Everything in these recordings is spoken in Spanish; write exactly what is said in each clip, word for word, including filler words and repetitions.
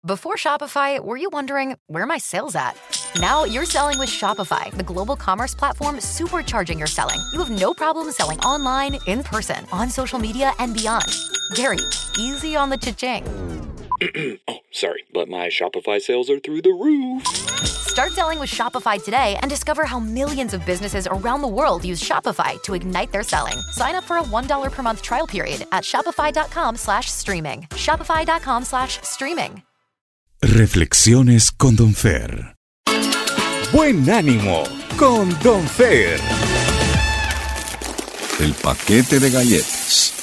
Before Shopify, were you wondering, where are my sales at? Now you're selling with Shopify, the global commerce platform supercharging your selling. You have no problem selling online, in person, on social media, and beyond. Gary, easy on the cha-ching. Oh, sorry, but my Shopify sales are through the roof. Start selling with Shopify today and discover how millions of businesses around the world use Shopify to ignite their selling. Sign up for a one dollar per month trial period at shopify.com slash streaming. Shopify.com slash streaming. Reflexiones con Don Fer. Buen ánimo con Don Fer. El paquete de galletas.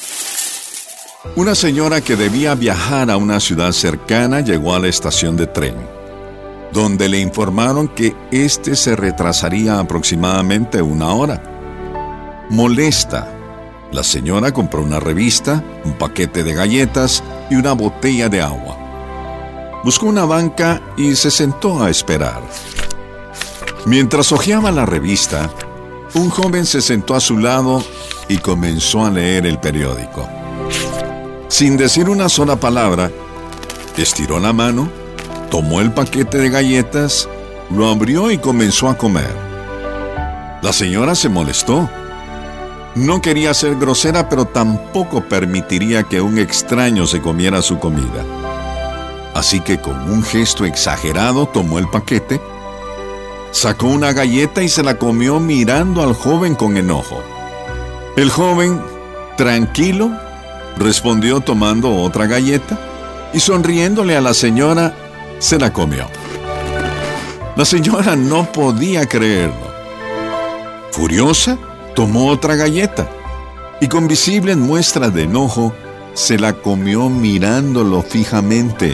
Una señora que debía viajar a una ciudad cercana llegó a la estación de tren, donde le informaron que éste se retrasaría aproximadamente una hora. Molesta, la señora compró una revista, un paquete de galletas y una botella de agua. Buscó una banca y se sentó a esperar. Mientras hojeaba la revista, un joven se sentó a su lado y comenzó a leer el periódico. Sin decir una sola palabra, estiró la mano, tomó el paquete de galletas, lo abrió y comenzó a comer. La señora se molestó. No quería ser grosera, pero tampoco permitiría que un extraño se comiera su comida. Así que con un gesto exagerado tomó el paquete, sacó una galleta y se la comió mirando al joven con enojo. El joven, tranquilo, respondió tomando otra galleta y sonriéndole a la señora, se la comió. La señora no podía creerlo. Furiosa, tomó otra galleta y con visible muestra de enojo, se la comió mirándolo fijamente.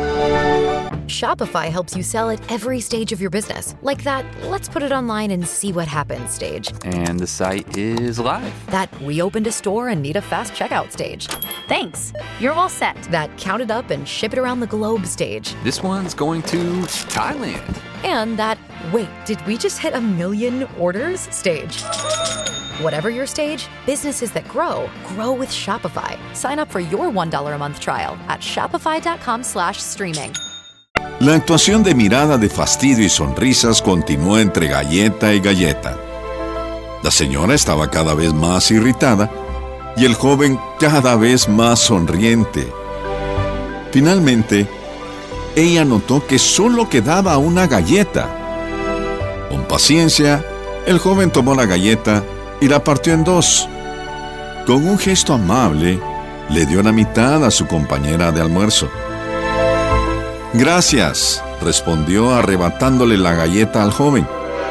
Shopify helps you sell at every stage of your business. Like that, let's put it online and see what happens stage. And the site is live. That we opened a store and need a fast checkout stage. Thanks. You're all set. That count it up and ship it around the globe stage. This one's going to Thailand. And that, wait, did we just hit a million orders stage? Whatever your stage, businesses that grow, grow with Shopify. Sign up for your one dollar a month trial at shopify.com slash streaming. La actuación de mirada de fastidio y sonrisas continuó entre galleta y galleta. La señora estaba cada vez más irritada y el joven cada vez más sonriente. Finalmente, ella notó que solo quedaba una galleta. Con paciencia, el joven tomó la galleta y la partió en dos. Con un gesto amable, le dio la mitad a su compañera de almuerzo. «Gracias», respondió arrebatándole la galleta al joven.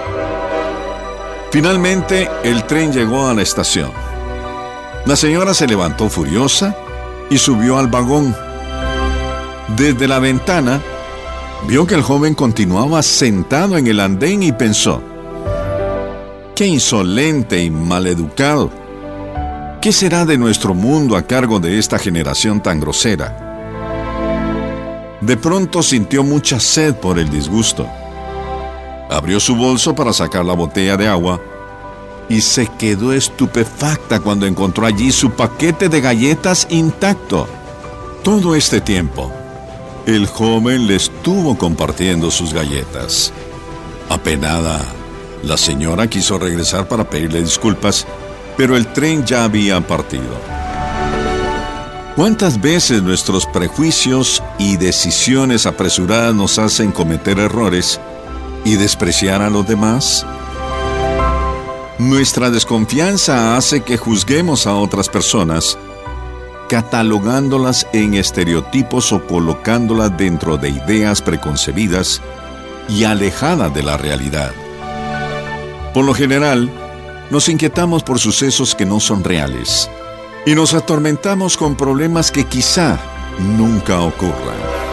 Finalmente, el tren llegó a la estación. La señora se levantó furiosa y subió al vagón. Desde la ventana, vio que el joven continuaba sentado en el andén y pensó: «Qué insolente y maleducado. ¿Qué será de nuestro mundo a cargo de esta generación tan grosera?». De pronto sintió mucha sed por el disgusto. Abrió su bolso para sacar la botella de agua y se quedó estupefacta cuando encontró allí su paquete de galletas intacto. Todo este tiempo, el joven le estuvo compartiendo sus galletas. Apenada, la señora quiso regresar para pedirle disculpas, pero el tren ya había partido. ¿Cuántas veces nuestros prejuicios y decisiones apresuradas nos hacen cometer errores y despreciar a los demás? Nuestra desconfianza hace que juzguemos a otras personas, catalogándolas en estereotipos o colocándolas dentro de ideas preconcebidas y alejadas de la realidad. Por lo general, nos inquietamos por sucesos que no son reales y nos atormentamos con problemas que quizá nunca ocurran.